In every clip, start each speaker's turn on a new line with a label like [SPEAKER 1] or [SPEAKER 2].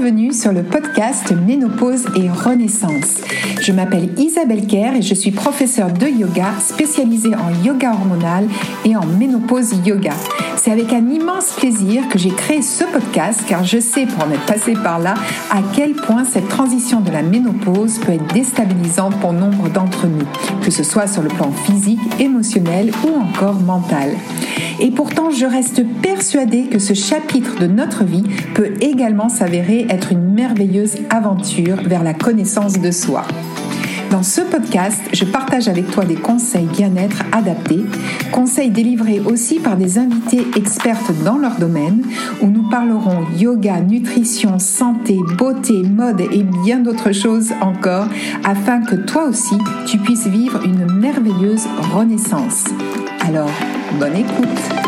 [SPEAKER 1] bienvenue sur le podcast Ménopause et Renaissance. Je m'appelle Isabelle Kerr et je suis professeure de yoga spécialisée en yoga hormonal et en ménopause yoga. C'est avec un immense plaisir que j'ai créé ce podcast car je sais, pour en être passée par là, à quel point cette transition de la ménopause peut être déstabilisante pour nombre d'entre nous, que ce soit sur le plan physique, émotionnel ou encore mental. Et pourtant, je reste persuadée que ce chapitre de notre vie peut également s'avérer être une merveilleuse aventure vers la connaissance de soi. Dans ce podcast, je partage avec toi des conseils bien-être adaptés, conseils délivrés aussi par des invités expertes dans leur domaine, où nous parlerons yoga, nutrition, santé, beauté, mode et bien d'autres choses encore, afin que toi aussi, tu puisses vivre une merveilleuse renaissance. Alors, bonne écoute!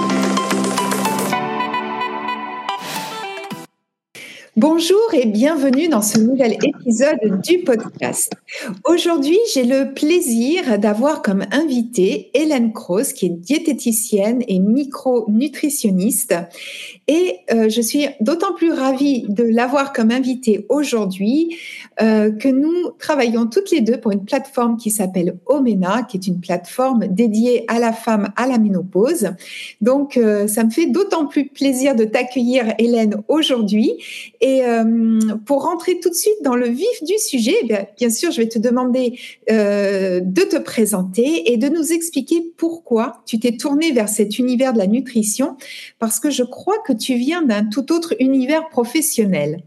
[SPEAKER 1] Bonjour et bienvenue dans ce nouvel épisode du podcast. Aujourd'hui, j'ai le plaisir d'avoir comme invitée Hélène Croce, qui est diététicienne et micronutritionniste. Et je suis d'autant plus ravie de l'avoir comme invitée aujourd'hui que nous travaillons toutes les deux pour une plateforme qui s'appelle Omena, qui est une plateforme dédiée à la femme à la ménopause. Donc, ça me fait d'autant plus plaisir de t'accueillir, Hélène, aujourd'hui. Et pour rentrer tout de suite dans le vif du sujet, bien sûr, je vais te demander de te présenter et de nous expliquer pourquoi tu t'es tournée vers cet univers de la nutrition, parce que je crois que tu viens d'un tout autre univers professionnel.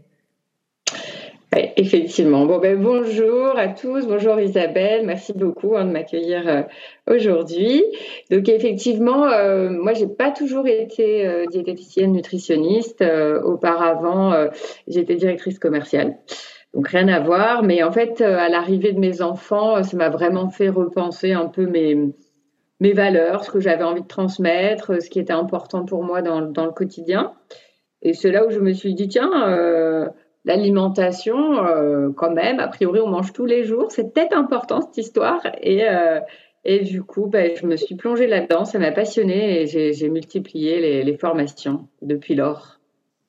[SPEAKER 2] Oui, effectivement. Bonjour à tous, bonjour Isabelle, merci beaucoup de m'accueillir aujourd'hui. Donc effectivement, moi j'ai pas toujours été diététicienne nutritionniste. Auparavant, j'étais directrice commerciale, donc rien à voir. Mais en fait, à l'arrivée de mes enfants, ça m'a vraiment fait repenser un peu mes valeurs, ce que j'avais envie de transmettre, ce qui était important pour moi dans le quotidien. Et c'est là où je me suis dit, tiens, l'alimentation, quand même, a priori, on mange tous les jours. C'est peut-être important, cette histoire. Et du coup, je me suis plongée là-dedans. Ça m'a passionnée et j'ai multiplié les formations depuis lors.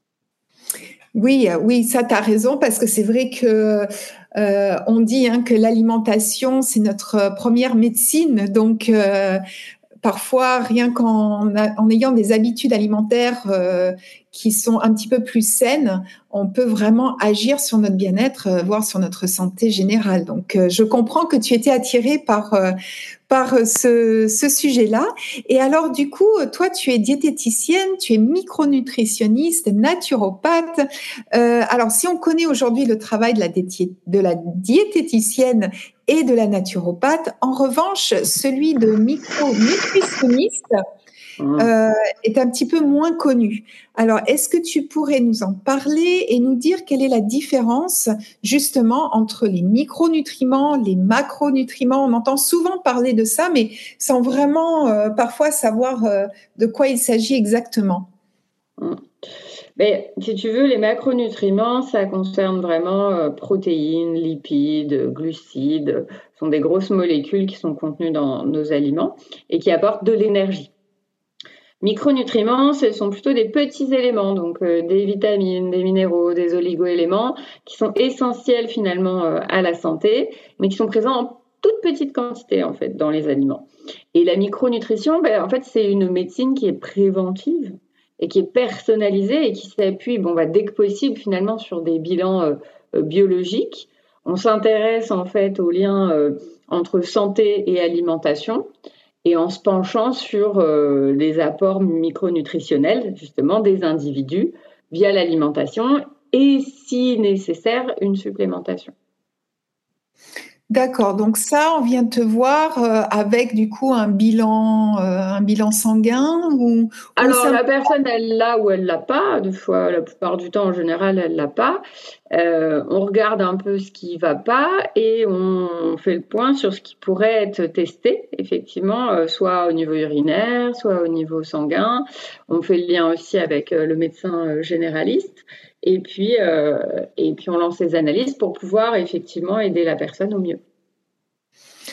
[SPEAKER 1] Oui, ça, tu as raison, parce que c'est vrai que on dit que l'alimentation, c'est notre première médecine. Donc, parfois, rien qu'en ayant des habitudes alimentaires qui sont un petit peu plus saines, on peut vraiment agir sur notre bien-être, voire sur notre santé générale. Donc, je comprends que tu étais attirée par ce sujet-là. Et alors, du coup, toi, tu es diététicienne, tu es micronutritionniste, naturopathe. Alors, si on connaît aujourd'hui le travail de la diététicienne et de la naturopathe, en revanche, celui de micronutritionniste est un petit peu moins connu. Alors, est-ce que tu pourrais nous en parler et nous dire quelle est la différence justement entre les micronutriments, les macronutriments? On entend souvent parler de ça, mais sans vraiment parfois savoir de quoi il s'agit exactement.
[SPEAKER 2] Mais si tu veux, les macronutriments, ça concerne vraiment protéines, lipides, glucides. Ce sont des grosses molécules qui sont contenues dans nos aliments et qui apportent de l'énergie. Micronutriments, ce sont plutôt des petits éléments, donc des vitamines, des minéraux, des oligo-éléments qui sont essentiels finalement à la santé, mais qui sont présents en toute petite quantité en fait dans les aliments. Et la micronutrition, en fait, c'est une médecine qui est préventive et qui est personnalisée et qui s'appuie, dès que possible finalement sur des bilans biologiques. On s'intéresse en fait aux liens entre santé et alimentation, et en se penchant sur les apports micronutritionnels, justement, des individus via l'alimentation et, si nécessaire, une supplémentation.
[SPEAKER 1] D'accord, donc ça, on vient te voir avec du coup un bilan sanguin ou
[SPEAKER 2] Alors, la personne, elle l'a ou elle l'a pas. Des fois, la plupart du temps, en général, elle l'a pas. On regarde un peu ce qui va pas et on fait le point sur ce qui pourrait être testé, effectivement, soit au niveau urinaire, soit au niveau sanguin. On fait le lien aussi avec le médecin généraliste. Et puis, on lance les analyses pour pouvoir effectivement aider la personne au mieux.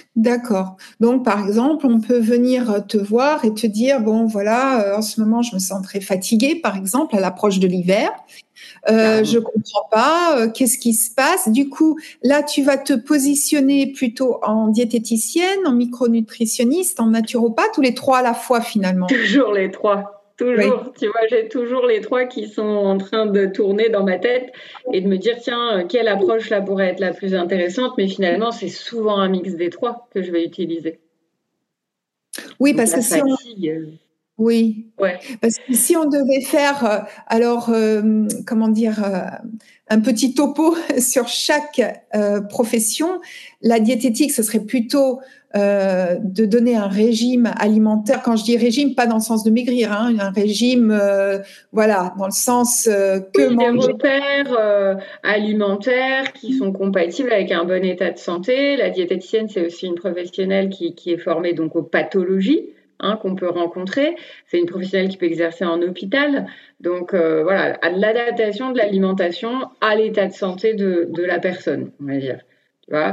[SPEAKER 1] D'accord. Donc, par exemple, on peut venir te voir et te dire, bon, voilà, en ce moment, je me sens très fatiguée, par exemple, à l'approche de l'hiver. Je
[SPEAKER 2] Carrément.
[SPEAKER 1] comprends pas, qu'est-ce qui se passe? Du coup, là, tu vas te positionner plutôt en diététicienne, en micronutritionniste, en naturopathe ou les 3 à la fois finalement?
[SPEAKER 2] Toujours les trois.
[SPEAKER 1] Oui.
[SPEAKER 2] Toujours. Tu vois, j'ai toujours les trois qui sont en train de tourner dans ma tête et de me dire, tiens, quelle approche là pourrait être la plus intéressante. Mais finalement, c'est souvent un mix des trois que je vais utiliser.
[SPEAKER 1] Oui,
[SPEAKER 2] Donc
[SPEAKER 1] parce
[SPEAKER 2] la
[SPEAKER 1] que si on
[SPEAKER 2] fatigue,
[SPEAKER 1] oui,
[SPEAKER 2] ouais.
[SPEAKER 1] parce que si on devait faire, alors, comment dire? Un petit topo sur chaque, profession, la diététique, ce serait plutôt, de donner un régime alimentaire. Quand je dis régime, pas dans le sens de maigrir, hein, un régime, voilà, dans le sens,
[SPEAKER 2] Oui,
[SPEAKER 1] que
[SPEAKER 2] des
[SPEAKER 1] manger.
[SPEAKER 2] repères alimentaires qui sont compatibles avec un bon état de santé. La diététicienne, c'est aussi une professionnelle qui est formée donc aux pathologies qu'on peut rencontrer. C'est une professionnelle qui peut exercer en hôpital. Donc voilà, à l'adaptation de l'alimentation à l'état de santé de la personne, on va dire. Tu vois.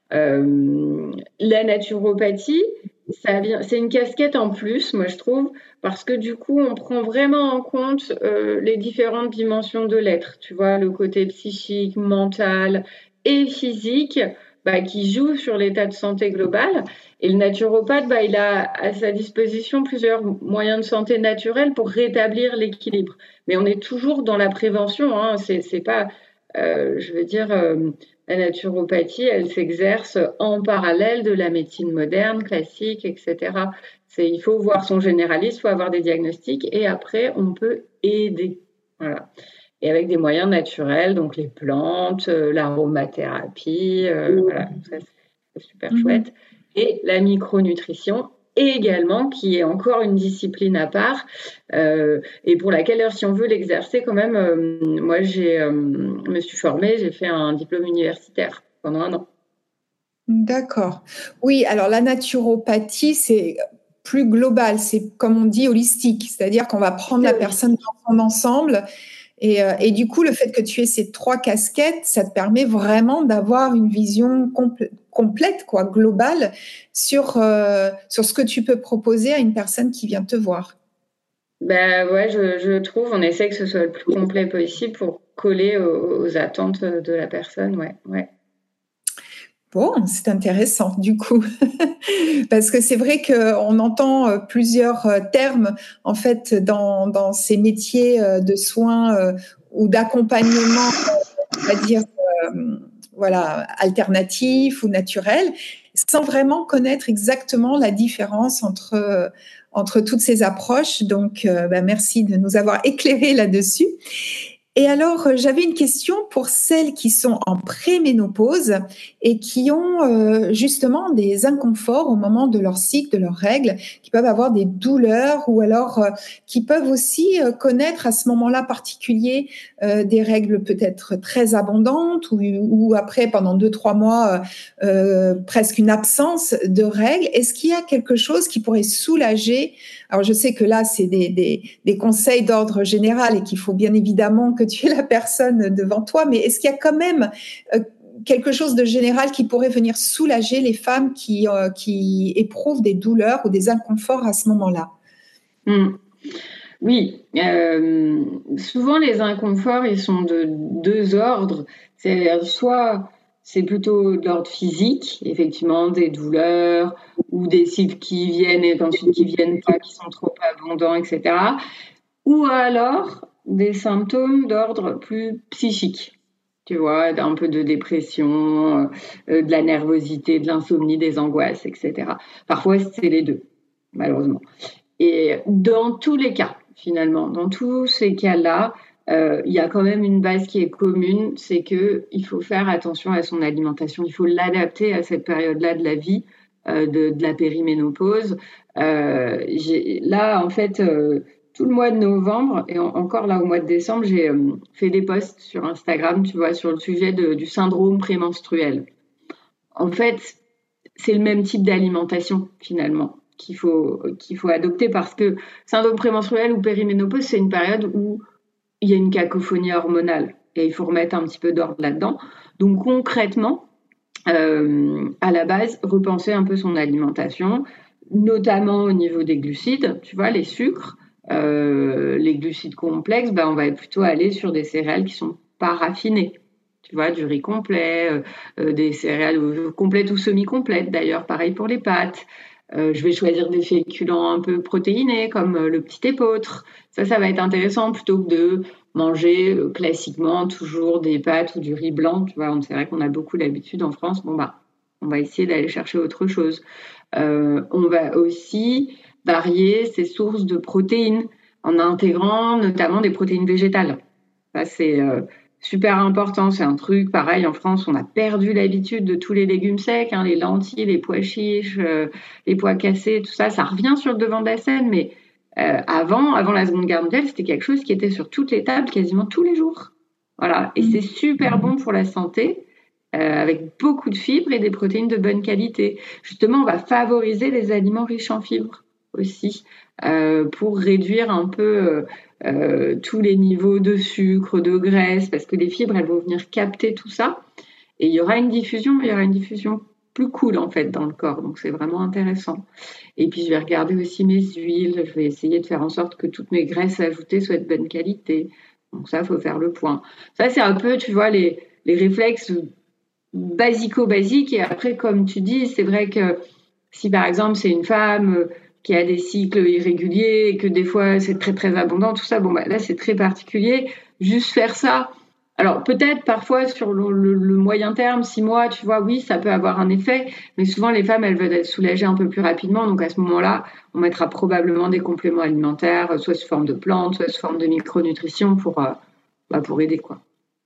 [SPEAKER 2] La naturopathie, c'est une casquette en plus, moi je trouve, parce que du coup, on prend vraiment en compte les différentes dimensions de l'être. Tu vois, le côté psychique, mental et physique, qui joue sur l'état de santé global. Et le naturopathe, il a à sa disposition plusieurs moyens de santé naturels pour rétablir l'équilibre. Mais on est toujours dans la prévention. C'est pas, je veux dire. La naturopathie, elle s'exerce en parallèle de la médecine moderne, classique, etc. Il faut voir son généraliste, il faut avoir des diagnostics et après, on peut aider. Voilà. Et avec des moyens naturels, donc les plantes, l'aromathérapie, voilà, ça c'est super
[SPEAKER 1] Mmh.
[SPEAKER 2] chouette. Et la micronutrition également, qui est encore une discipline à part, et pour laquelle, si on veut l'exercer quand même, moi me suis formée, j'ai fait un diplôme universitaire pendant 1 an.
[SPEAKER 1] D'accord. Oui, alors la naturopathie, c'est plus global, c'est comme on dit holistique, c'est-à-dire qu'on va prendre
[SPEAKER 2] C'est
[SPEAKER 1] la personne
[SPEAKER 2] holistique.
[SPEAKER 1] dans son ensemble et du coup, le fait que tu aies ces 3 casquettes, ça te permet vraiment d'avoir une vision complète, quoi, globale sur ce que tu peux proposer à une personne qui vient te voir.
[SPEAKER 2] Ben ouais, je trouve, on essaie que ce soit le plus complet possible pour coller aux attentes de la personne, ouais, ouais.
[SPEAKER 1] Bon, c'est intéressant du coup, parce que c'est vrai qu'on entend plusieurs termes en fait dans ces métiers de soins ou d'accompagnement, on va dire, voilà, alternatif ou naturel, sans vraiment connaître exactement la différence entre toutes ces approches. Donc, merci de nous avoir éclairé là-dessus. Et alors, j'avais une question pour celles qui sont en préménopause et qui ont justement des inconforts au moment de leur cycle, de leurs règles, qui peuvent avoir des douleurs ou alors qui peuvent aussi connaître à ce moment-là particulier des règles peut-être très abondantes ou après pendant 2, 3 mois presque une absence de règles. Est-ce qu'il y a quelque chose qui pourrait soulager? Alors je sais que là c'est des conseils d'ordre général et qu'il faut bien évidemment que tu aies la personne devant toi, mais est-ce qu'il y a quand même quelque chose de général qui pourrait venir soulager les femmes qui éprouvent des douleurs ou des inconforts à ce moment-là?
[SPEAKER 2] Mm. Oui, souvent les inconforts, ils sont de deux ordres. C'est soit c'est plutôt de l'ordre physique, effectivement, des douleurs ou des cycles qui viennent et ensuite qui viennent pas, qui sont trop abondants, etc. Ou alors des symptômes d'ordre plus psychique. Tu vois, un peu de dépression, de la nervosité, de l'insomnie, des angoisses, etc. Parfois, c'est les deux, malheureusement. Et dans tous les cas, finalement, dans tous ces cas-là, il y a quand même une base qui est commune, c'est que il faut faire attention à son alimentation, il faut l'adapter à cette période-là de la vie, de la périménopause. Là, en fait, tout le mois de novembre et encore là au mois de décembre, j'ai fait des posts sur Instagram, tu vois, sur le sujet du syndrome prémenstruel. En fait, c'est le même type d'alimentation finalement qu'il faut adopter parce que syndrome prémenstruel ou périménopause, c'est une période où il y a une cacophonie hormonale et il faut remettre un petit peu d'ordre là-dedans. Donc concrètement, à la base, repenser un peu son alimentation, notamment au niveau des glucides, tu vois, les sucres, les glucides complexes, on va plutôt aller sur des céréales qui sont pas raffinées. Tu vois, du riz complet, des céréales complètes ou semi-complètes d'ailleurs, pareil pour les pâtes. Je vais choisir des féculents un peu protéinés comme le petit épeautre. Ça va être intéressant plutôt que de manger classiquement toujours des pâtes ou du riz blanc. Tu vois, c'est vrai qu'on a beaucoup l'habitude en France. On va essayer d'aller chercher autre chose. On va aussi varier ses sources de protéines en intégrant notamment des protéines végétales. Ça, c'est super important. C'est un truc, pareil, en France, on a perdu l'habitude de tous les légumes secs, les lentilles, les pois chiches, les pois cassés, tout ça. Ça revient sur le devant de la scène, mais avant la Seconde Guerre mondiale, c'était quelque chose qui était sur toutes les tables quasiment tous les jours. Voilà. Et c'est super bon pour la santé, avec beaucoup de fibres et des protéines de bonne qualité. Justement, on va favoriser les aliments riches en fibres aussi, pour réduire un peu tous les niveaux de sucre, de graisse, parce que les fibres, elles vont venir capter tout ça. Et il y aura une diffusion, mais il y aura une diffusion plus cool en fait dans le corps. Donc c'est vraiment intéressant. Et puis je vais regarder aussi mes huiles. Je vais essayer de faire en sorte que toutes mes graisses ajoutées soient de bonne qualité. Donc ça, il faut faire le point. Ça, c'est un peu, tu vois, les réflexes basico-basiques. Et après, comme tu dis, c'est vrai que si par exemple c'est une femme qui a des cycles irréguliers et que des fois c'est très très abondant, tout ça, là c'est très particulier. Juste faire ça. Alors peut-être parfois sur le moyen terme, 6 mois, tu vois, oui, ça peut avoir un effet, mais souvent les femmes, elles veulent être soulagées un peu plus rapidement, donc à ce moment-là, on mettra probablement des compléments alimentaires, soit sous forme de plantes, soit sous forme de micronutrition pour aider, quoi.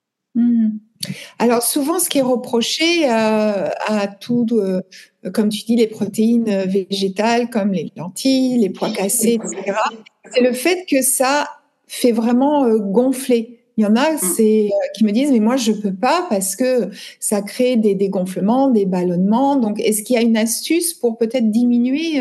[SPEAKER 1] Alors souvent, ce qui est reproché à tout, comme tu dis, les protéines végétales comme les lentilles, les pois cassés, etc., c'est le fait que ça fait vraiment gonfler. Il y en a qui me disent, mais moi, je peux pas parce que ça crée des gonflements, des ballonnements. Donc, est-ce qu'il y a une astuce pour peut-être diminuer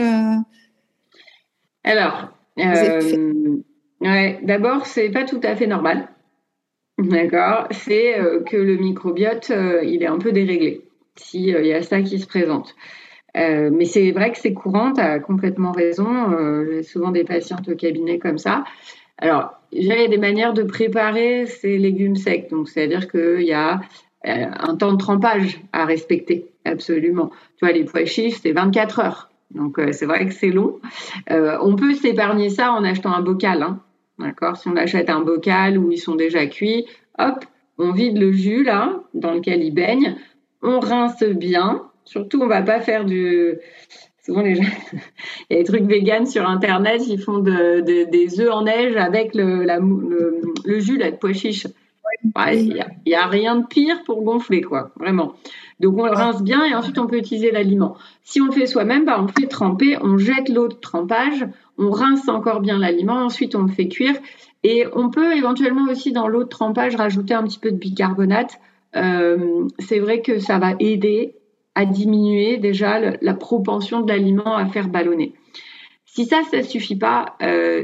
[SPEAKER 2] Alors,
[SPEAKER 1] les effets?
[SPEAKER 2] d'abord, c'est pas tout à fait normal. D'accord, c'est que le microbiote, il est un peu déréglé, s'il y a ça qui se présente. Mais c'est vrai que c'est courant, tu as complètement raison. J'ai souvent des patientes au cabinet comme ça. Alors, il y a des manières de préparer ces légumes secs. Donc, c'est-à-dire qu'il y a un temps de trempage à respecter, absolument. Tu vois, les pois chiches, c'est 24 heures. Donc, c'est vrai que c'est long. On peut s'épargner ça en achetant un bocal, hein. D'accord? Si on achète un bocal où ils sont déjà cuits, hop, on vide le jus là, dans lequel ils baignent. On rince bien. Surtout, on va pas faire souvent les gens, il y a des trucs véganes sur internet, ils font des œufs en neige avec le jus là, de pois chiche. Il y a rien de pire pour gonfler, quoi, vraiment. Donc on le rince bien et ensuite on peut utiliser l'aliment. Si on le fait soi-même, on le fait tremper, on jette l'eau de trempage, on rince encore bien l'aliment, ensuite on le fait cuire et on peut éventuellement aussi dans l'eau de trempage rajouter un petit peu de bicarbonate. C'est vrai que ça va aider à diminuer déjà la propension de l'aliment à faire ballonner. Si ça suffit pas,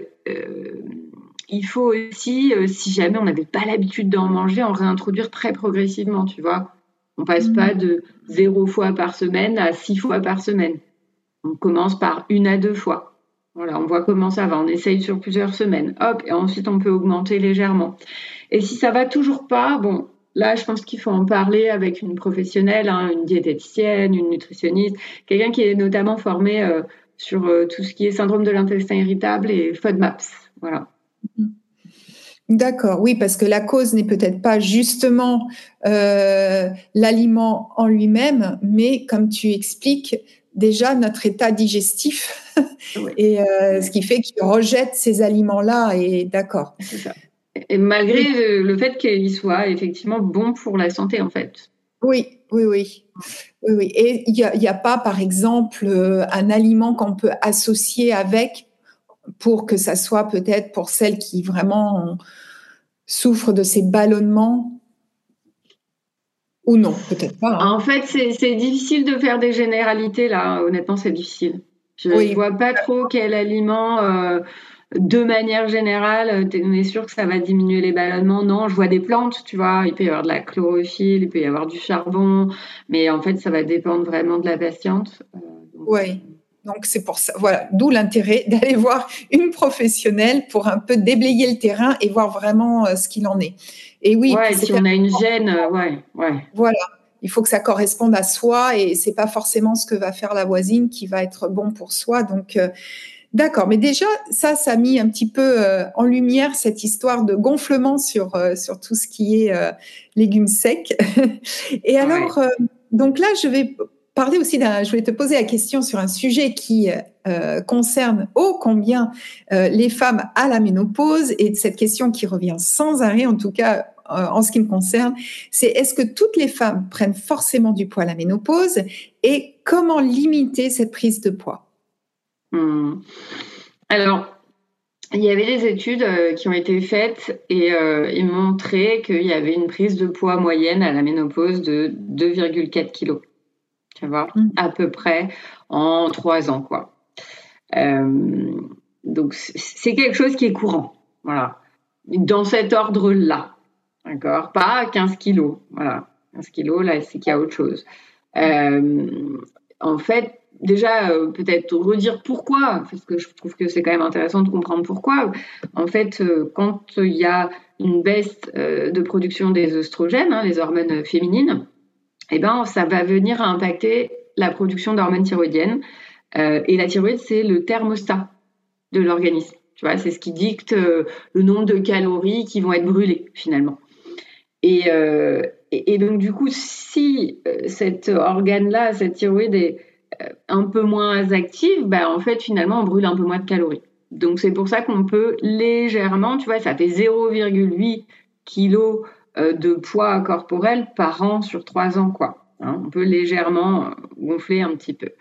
[SPEAKER 2] il faut aussi, si jamais on n'avait pas l'habitude d'en manger, en réintroduire très progressivement, tu vois. On passe pas de 0 fois par semaine à 6 fois par semaine. On commence par 1 à 2 fois. Voilà, on voit comment ça va. On essaye sur plusieurs semaines. Hop, et ensuite on peut augmenter légèrement. Et si ça va toujours pas, là, je pense qu'il faut en parler avec une professionnelle, une diététicienne, une nutritionniste, quelqu'un qui est notamment formé sur tout ce qui est syndrome de l'intestin irritable et FODMAPs. Voilà.
[SPEAKER 1] D'accord, oui, parce que la cause n'est peut-être pas justement l'aliment en lui-même, mais comme tu expliques, déjà notre état digestif
[SPEAKER 2] Oui.
[SPEAKER 1] et ce qui fait qu'il rejette ces aliments-là. Et d'accord.
[SPEAKER 2] C'est ça. Et malgré le fait qu'ils soient effectivement bons pour la santé, en fait.
[SPEAKER 1] Oui. Et il y a pas, par exemple, un aliment qu'on peut associer avec pour que ça soit peut-être pour celles qui vraiment souffrent de ces ballonnements ou non, peut-être pas.
[SPEAKER 2] En fait, c'est difficile de faire des généralités, là. Honnêtement, c'est difficile. Je vois pas trop quel aliment de manière générale, on est sûr que ça va diminuer les ballonnements. Non, je vois des plantes, tu vois, il peut y avoir de la chlorophylle, il peut y avoir du charbon, mais en fait, ça va dépendre vraiment de la patiente.
[SPEAKER 1] Oui. Donc c'est pour ça, voilà, d'où l'intérêt d'aller voir une professionnelle pour un peu déblayer le terrain et voir vraiment ce qu'il en est. Et oui,
[SPEAKER 2] Ouais,
[SPEAKER 1] puis
[SPEAKER 2] et si on a une gêne, ouais.
[SPEAKER 1] Voilà, il faut que ça corresponde à soi et c'est pas forcément ce que va faire la voisine qui va être bon pour soi. Donc d'accord, mais déjà ça a mis un petit peu en lumière cette histoire de gonflement sur tout ce qui est légumes secs. Et alors donc là je vais parler aussi je voulais te poser la question sur un sujet qui concerne ô combien les femmes à la ménopause et cette question qui revient sans arrêt, en tout cas en ce qui me concerne, c'est est-ce que toutes les femmes prennent forcément du poids à la ménopause et comment limiter cette prise de poids?
[SPEAKER 2] Alors, il y avait des études qui ont été faites et ils montraient qu'il y avait une prise de poids moyenne à la ménopause de 2,4 kilos. Tu vois, à peu près en 3 ans, quoi. Donc, c'est quelque chose qui est courant, voilà. Dans cet ordre-là, d'accord? Pas 15 kilos, voilà. 15 kilos, là, c'est qu'il y a autre chose. En fait, déjà, peut-être redire pourquoi, parce que je trouve que c'est quand même intéressant de comprendre pourquoi. En fait, quand il y a une baisse de production des œstrogènes, les hormones féminines, eh ben, ça va venir impacter la production d'hormones thyroïdiennes. Et la thyroïde, c'est le thermostat de l'organisme. Tu vois, c'est ce qui dicte le nombre de calories qui vont être brûlées, finalement. Et donc, du coup, si cet organe-là, cette thyroïde est un peu moins active, bah, en fait, finalement, on brûle un peu moins de calories. Donc, c'est pour ça qu'on peut légèrement, tu vois, ça fait 0,8 kg de poids corporel par an sur 3 ans, quoi. Hein, on peut légèrement gonfler un petit peu.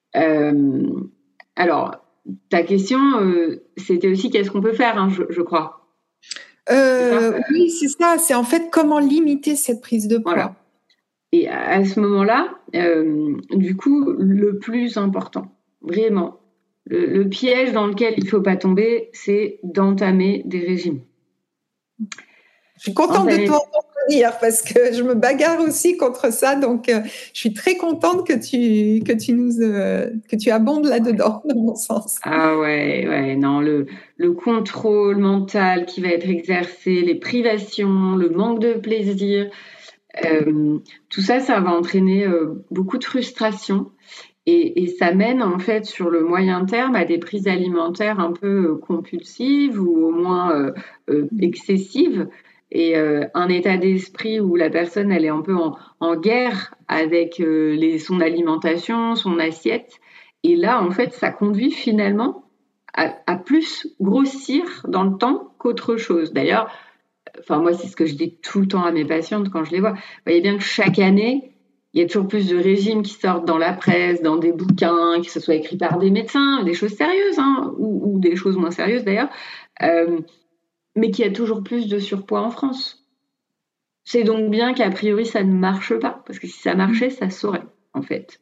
[SPEAKER 2] Alors, ta question, c'était aussi qu'est-ce qu'on peut faire, hein, je crois.
[SPEAKER 1] Oui, c'est ça. C'est en fait comment limiter cette prise de poids.
[SPEAKER 2] Voilà. Et à ce moment-là, du coup, le plus important, vraiment, le piège dans lequel il ne faut pas tomber, c'est d'entamer des régimes.
[SPEAKER 1] Je suis contente de t'entendre dire parce que je me bagarre aussi contre ça. Donc, je suis très contente que tu abondes là-dedans, dans mon sens.
[SPEAKER 2] Ah ouais, non, le contrôle mental qui va être exercé, les privations, le manque de plaisir, tout ça, ça va entraîner beaucoup de frustration et ça mène en fait sur le moyen terme à des prises alimentaires un peu compulsives ou au moins excessives et un état d'esprit où la personne elle est un peu en guerre avec son alimentation, son assiette. Et là, en fait, ça conduit finalement à plus grossir dans le temps qu'autre chose. D'ailleurs, enfin moi c'est ce que je dis tout le temps à mes patientes quand je les vois. Vous voyez bien que chaque année, il y a toujours plus de régimes qui sortent dans la presse, dans des bouquins, que ce soit écrits par des médecins, des choses sérieuses, ou des choses moins sérieuses d'ailleurs, mais qu'il y a toujours plus de surpoids en France. C'est donc bien qu'a priori ça ne marche pas, parce que si ça marchait, ça saurait en fait.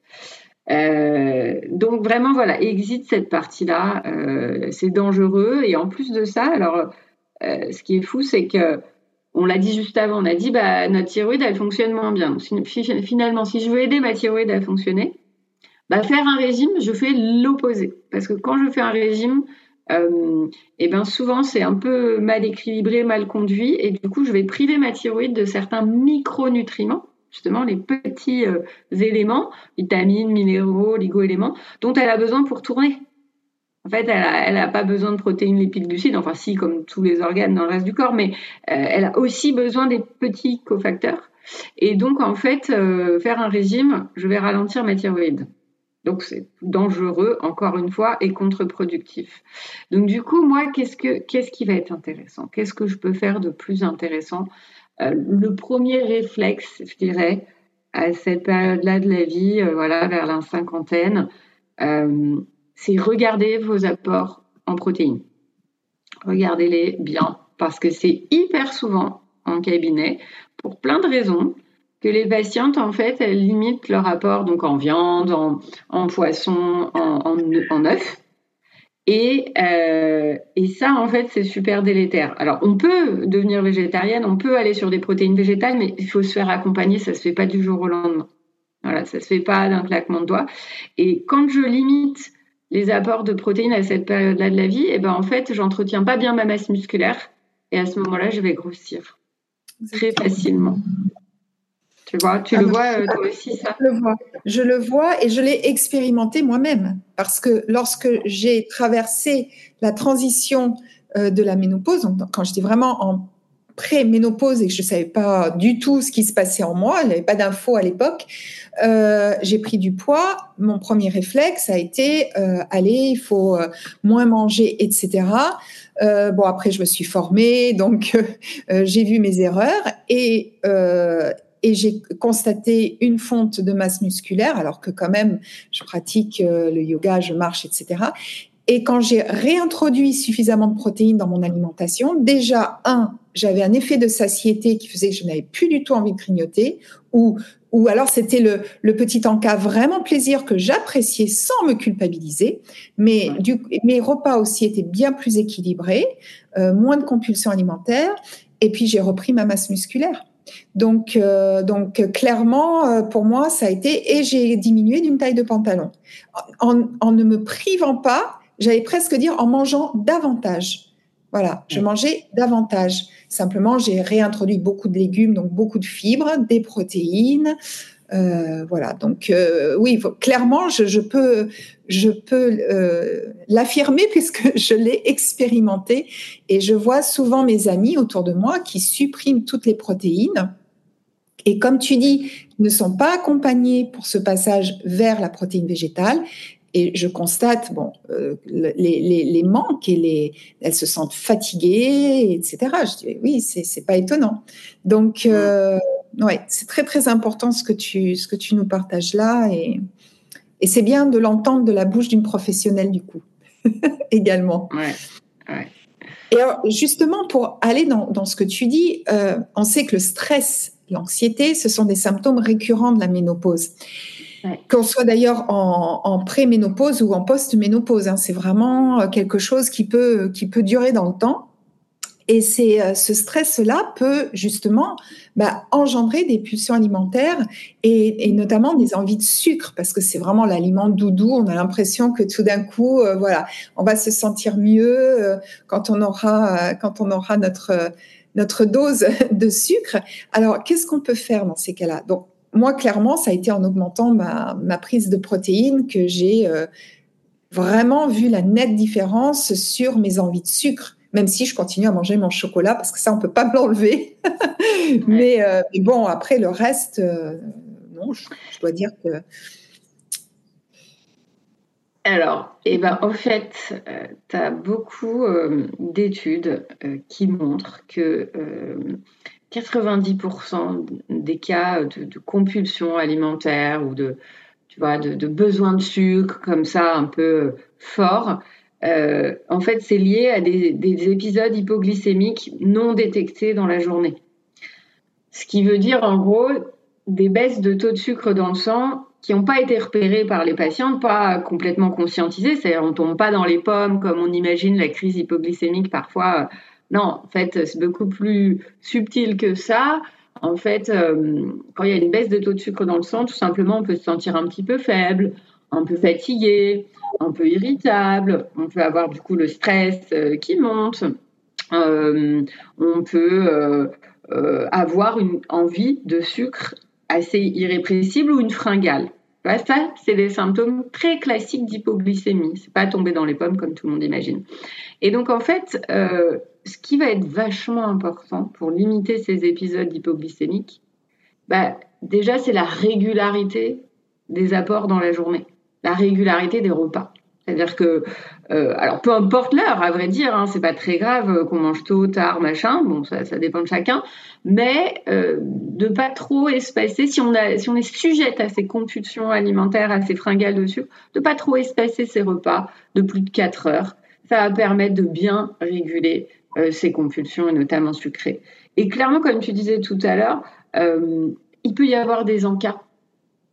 [SPEAKER 2] Donc vraiment voilà, exit cette partie-là, c'est dangereux et en plus de ça, alors ce qui est fou, c'est que on l'a dit juste avant, on a dit bah notre thyroïde elle fonctionne moins bien. Donc, finalement, si je veux aider ma thyroïde à fonctionner, bah faire un régime, je fais l'opposé. Parce que quand je fais un régime, et ben souvent c'est un peu mal équilibré, mal conduit, et du coup je vais priver ma thyroïde de certains micronutriments, justement les petits éléments, vitamines, minéraux, oligo-éléments, dont elle a besoin pour tourner. En fait, elle a pas besoin de protéines, lipides, glucides, enfin si, comme tous les organes dans le reste du corps, mais elle a aussi besoin des petits cofacteurs. Et donc, en fait, faire un régime, je vais ralentir ma thyroïde. Donc, c'est dangereux, encore une fois, et contre-productif. Donc, du coup, moi, qu'est-ce qui va être intéressant? Qu'est-ce que je peux faire de plus intéressant? Le premier réflexe, je dirais, à cette période-là de la vie, voilà, vers la cinquantaine, c'est regarder vos apports en protéines. Regardez-les bien, parce que c'est hyper souvent en cabinet, pour plein de raisons, que les patientes, en fait, elles limitent leur apport donc en viande, en poisson, en œufs. Et ça, en fait, c'est super délétère. Alors, on peut devenir végétarienne, on peut aller sur des protéines végétales, mais il faut se faire accompagner, ça se fait pas du jour au lendemain. Voilà, ça se fait pas d'un claquement de doigts. Et quand je limite les apports de protéines à cette période-là de la vie, et ben en fait, j'entretiens pas bien ma masse musculaire. Et à ce moment-là, je vais grossir très facilement. Tu vois, tu le vois toi aussi, ça?
[SPEAKER 1] Je le vois et je l'ai expérimenté moi-même parce que lorsque j'ai traversé la transition de la ménopause, donc quand j'étais vraiment en pré-ménopause et que je ne savais pas du tout ce qui se passait en moi, il n'y avait pas d'infos à l'époque, j'ai pris du poids. Mon premier réflexe a été allez, il faut moins manger, etc. Bon, après, je me suis formée, donc j'ai vu mes erreurs et j'ai constaté une fonte de masse musculaire, alors que quand même, je pratique le yoga, je marche, etc. Et quand j'ai réintroduit suffisamment de protéines dans mon alimentation, déjà, j'avais un effet de satiété qui faisait que je n'avais plus du tout envie de grignoter, ou alors c'était le petit encas vraiment plaisir que j'appréciais sans me culpabiliser, mais mes repas aussi étaient bien plus équilibrés, moins de compulsions alimentaires, et puis j'ai repris ma masse musculaire. Donc clairement, pour moi, ça a été, et j'ai diminué d'une taille de pantalon. En ne me privant pas, j'allais presque dire en mangeant davantage. Voilà, je mangeais davantage. Simplement, j'ai réintroduit beaucoup de légumes, donc beaucoup de fibres, des protéines. Voilà, donc oui, clairement, je peux l'affirmer puisque je l'ai expérimenté et je vois souvent mes amis autour de moi qui suppriment toutes les protéines et comme tu dis, ne sont pas accompagnés pour ce passage vers la protéine végétale. Et je constate, les manques et elles se sentent fatiguées, etc. Je dis oui, c'est pas étonnant. Donc, ouais, c'est très très important ce que tu nous partages là, et c'est bien de l'entendre de la bouche d'une professionnelle du coup, également.
[SPEAKER 2] Ouais.
[SPEAKER 1] Et alors, justement, pour aller dans ce que tu dis, on sait que le stress, l'anxiété, ce sont des symptômes récurrents de la ménopause. Ouais. Qu'on soit d'ailleurs en pré-ménopause ou en post-ménopause, hein, c'est vraiment quelque chose qui peut durer dans le temps. Et ce stress-là peut justement engendrer des pulsions alimentaires et notamment des envies de sucre, parce que c'est vraiment l'aliment doudou. On a l'impression que tout d'un coup, voilà, on va se sentir mieux quand on aura notre dose de sucre. Alors, qu'est-ce qu'on peut faire dans ces cas-là? Donc, moi, clairement, ça a été en augmentant ma prise de protéines que j'ai vraiment vu la nette différence sur mes envies de sucre, même si je continue à manger mon chocolat, parce que ça, on ne peut pas me l'enlever. Mais bon, après, le reste, non, je dois dire que...
[SPEAKER 2] Alors, en fait, tu as beaucoup d'études qui montrent que 90% des cas de compulsion alimentaire ou de besoin de sucre comme ça un peu fort, en fait, c'est lié à des épisodes hypoglycémiques non détectés dans la journée. Ce qui veut dire, en gros, des baisses de taux de sucre dans le sang qui n'ont pas été repérées par les patients, pas complètement conscientisées. C'est-à-dire, on ne tombe pas dans les pommes comme on imagine la crise hypoglycémique parfois. Non, en fait, c'est beaucoup plus subtil que ça. En fait, quand il y a une baisse de taux de sucre dans le sang, tout simplement, on peut se sentir un petit peu faible, un peu fatigué, un peu irritable. On peut avoir du coup le stress qui monte. On peut avoir une envie de sucre assez irrépressible ou une fringale. Ça, c'est des symptômes très classiques d'hypoglycémie. C'est pas tomber dans les pommes comme tout le monde imagine. Et donc, en fait, ce qui va être vachement important pour limiter ces épisodes hypoglycémiques, déjà, c'est la régularité des apports dans la journée, la régularité des repas. C'est-à-dire que, alors peu importe l'heure, à vrai dire, hein, c'est pas très grave qu'on mange tôt, tard, machin. Bon, ça dépend de chacun, mais de pas trop espacer. Si on est sujette à ces compulsions alimentaires, à ces fringales de sucre, de pas trop espacer ses repas de plus de 4 heures. Ça va permettre de bien réguler ces compulsions, et notamment sucrées. Et clairement, comme tu disais tout à l'heure, il peut y avoir des encas. Ouais,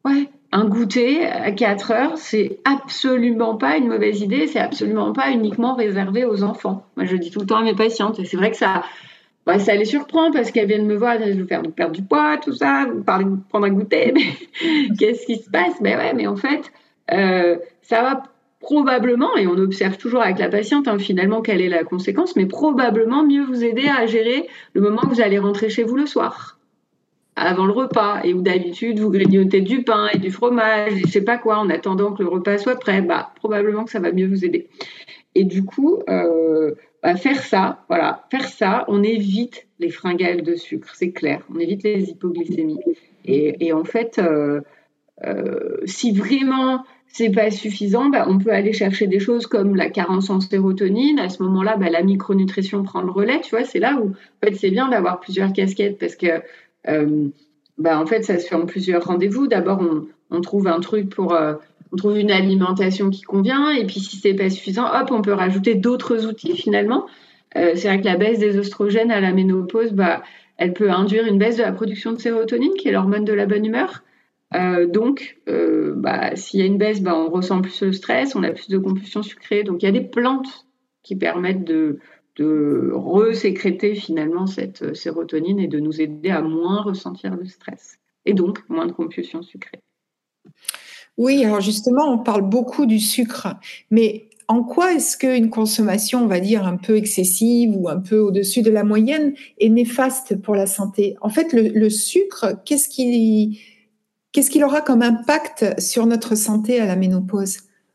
[SPEAKER 2] un goûter à 4 heures, c'est absolument pas une mauvaise idée, c'est absolument pas uniquement réservé aux enfants. Moi, je dis tout le temps à mes patientes, et c'est vrai que ça les surprend parce qu'elles viennent me voir, elles disent, je veux faire perdre du poids, tout ça, vous parlez de prendre un goûter, mais qu'est-ce qui se passe? Ben ouais, mais en fait, ça va probablement, et on observe toujours avec la patiente finalement quelle est la conséquence, mais probablement mieux vous aider à gérer le moment où vous allez rentrer chez vous le soir, avant le repas, et où d'habitude vous grignotez du pain et du fromage, et je sais pas quoi, en attendant que le repas soit prêt, bah probablement que ça va mieux vous aider. Et du coup, faire ça, on évite les fringales de sucre, c'est clair, on évite les hypoglycémies. Et en fait, si vraiment c'est pas suffisant, on peut aller chercher des choses comme la carence en sérotonine. À ce moment-là, la micronutrition prend le relais. Tu vois, c'est là où en fait c'est bien d'avoir plusieurs casquettes parce que en fait ça se fait en plusieurs rendez-vous. D'abord, on trouve un truc on trouve une alimentation qui convient, et puis si c'est pas suffisant, hop, on peut rajouter d'autres outils finalement. C'est vrai que la baisse des oestrogènes à la ménopause, elle peut induire une baisse de la production de sérotonine, qui est l'hormone de la bonne humeur. Donc, s'il y a une baisse, on ressent plus le stress, on a plus de compulsions sucrées. Donc, il y a des plantes qui permettent de resécréter finalement cette sérotonine et de nous aider à moins ressentir le stress. Et donc, moins de compulsions sucrées.
[SPEAKER 1] Oui, alors justement, on parle beaucoup du sucre, mais en quoi est-ce qu'une consommation, on va dire, un peu excessive ou un peu au-dessus de la moyenne est néfaste pour la santé? En fait, le sucre, qu'est-ce qu'il aura comme impact sur notre santé à la ménopause?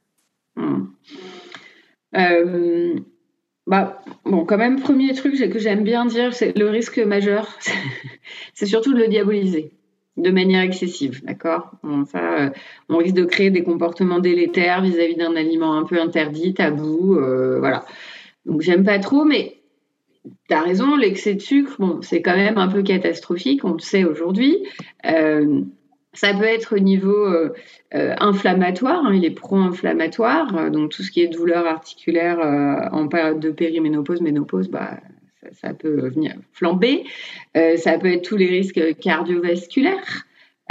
[SPEAKER 2] Quand même, premier truc que j'aime bien dire, c'est le risque majeur, c'est surtout de le diaboliser de manière excessive, d'accord? On risque de créer des comportements délétères vis-à-vis d'un aliment un peu interdit, tabou, voilà. Donc j'aime pas trop, mais t'as raison, l'excès de sucre, c'est quand même un peu catastrophique, on le sait aujourd'hui. Ça peut être au niveau inflammatoire, il est pro-inflammatoire, donc tout ce qui est douleur articulaire en période de périménopause, ménopause, ça peut venir flamber. Ça peut être tous les risques cardiovasculaires,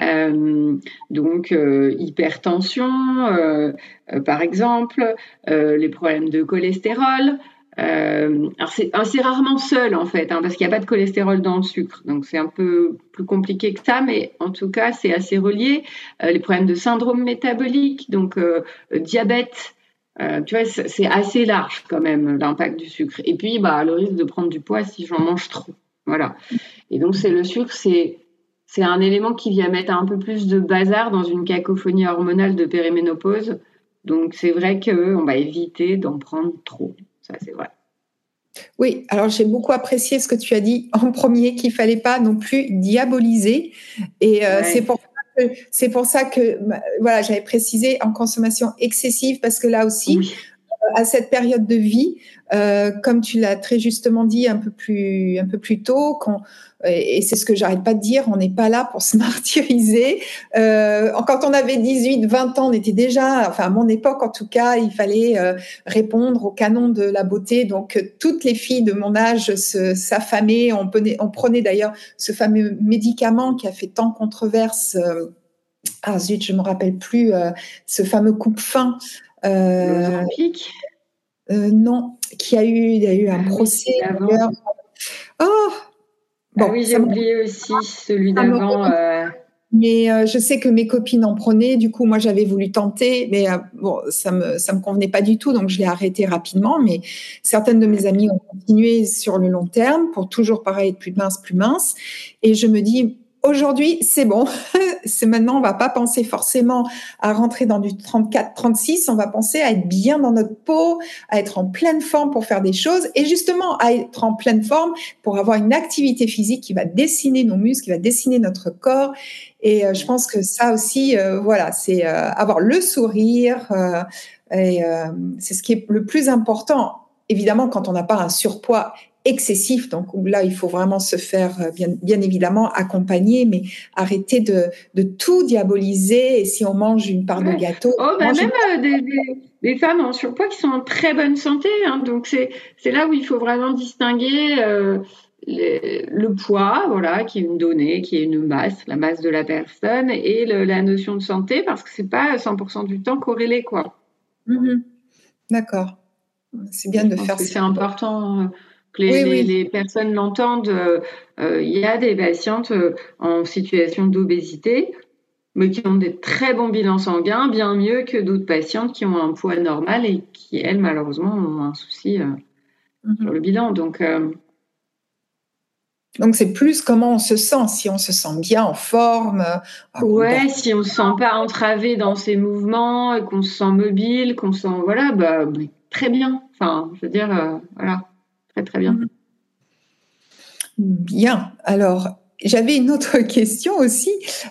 [SPEAKER 2] donc hypertension, par exemple, les problèmes de cholestérol. Alors c'est rarement seul en fait, parce qu'il n'y a pas de cholestérol dans le sucre, donc c'est un peu plus compliqué que ça, mais en tout cas c'est assez relié. Les problèmes de syndrome métabolique, donc diabète, tu vois, c'est assez large quand même l'impact du sucre. Et puis le risque de prendre du poids si j'en mange trop, voilà. Et donc le sucre, c'est un élément qui vient mettre un peu plus de bazar dans une cacophonie hormonale de périménopause. Donc c'est vrai qu'on va éviter d'en prendre trop. Ça, c'est vrai.
[SPEAKER 1] Oui, alors j'ai beaucoup apprécié ce que tu as dit en premier, qu'il fallait pas non plus diaboliser. Et c'est pour ça que voilà, j'avais précisé en consommation excessive, parce que là aussi, à cette période de vie, comme tu l'as très justement dit un peu plus tôt, et c'est ce que j'arrête pas de dire, on n'est pas là pour se martyriser. Quand on avait 18, 20 ans, on était déjà, enfin à mon époque en tout cas, il fallait répondre au canon de la beauté. Donc toutes les filles de mon âge s'affamaient. On prenait d'ailleurs ce fameux médicament qui a fait tant controverse. Ah zut, je me rappelle plus, ce fameux coupe-faim.
[SPEAKER 2] L'Ozempic.
[SPEAKER 1] Non, il y a eu un procès. Oh,
[SPEAKER 2] bon, oui, j'ai oublié aussi celui d'avant.
[SPEAKER 1] Mais je sais que mes copines en prenaient. Du coup, moi, j'avais voulu tenter, mais ça me convenait pas du tout, donc je l'ai arrêté rapidement. Mais certaines de mes amies ont continué sur le long terme pour toujours pareil, être plus mince. Et je me dis, aujourd'hui, c'est bon. C'est maintenant, on va pas penser forcément à rentrer dans du 34, 36. On va penser à être bien dans notre peau, à être en pleine forme pour faire des choses, et justement à être en pleine forme pour avoir une activité physique qui va dessiner nos muscles, qui va dessiner notre corps. Et je pense que ça aussi, voilà, c'est avoir le sourire. C'est ce qui est le plus important. Évidemment, quand on n'a pas un surpoids excessif, donc là il faut vraiment se faire bien évidemment accompagner, mais arrêter de tout diaboliser. Et si on mange une part de gâteau,
[SPEAKER 2] même des femmes en surpoids qui sont en très bonne santé, donc c'est là où il faut vraiment distinguer. le poids, voilà, qui est une donnée, qui est une masse, la masse de la personne, et la notion de santé, parce que c'est pas 100% du temps corrélé, quoi.
[SPEAKER 1] D'accord. C'est bien de
[SPEAKER 2] Je pense
[SPEAKER 1] faire
[SPEAKER 2] que
[SPEAKER 1] ça.
[SPEAKER 2] c'est important que
[SPEAKER 1] Oui.
[SPEAKER 2] les personnes l'entendent. Il y a des patientes en situation d'obésité, mais qui ont des très bons bilans sanguins, bien mieux que d'autres patientes qui ont un poids normal et qui, elles, malheureusement, ont un souci sur le bilan. Donc,
[SPEAKER 1] c'est plus comment on se sent, si on se sent bien, en forme.
[SPEAKER 2] Ouais, si on ne se sent pas entravé dans ses mouvements, qu'on se sent mobile, qu'on se sent, voilà, très bien. Enfin, je veux dire, voilà, très, très bien.
[SPEAKER 1] Bien. Alors, j'avais une autre question aussi.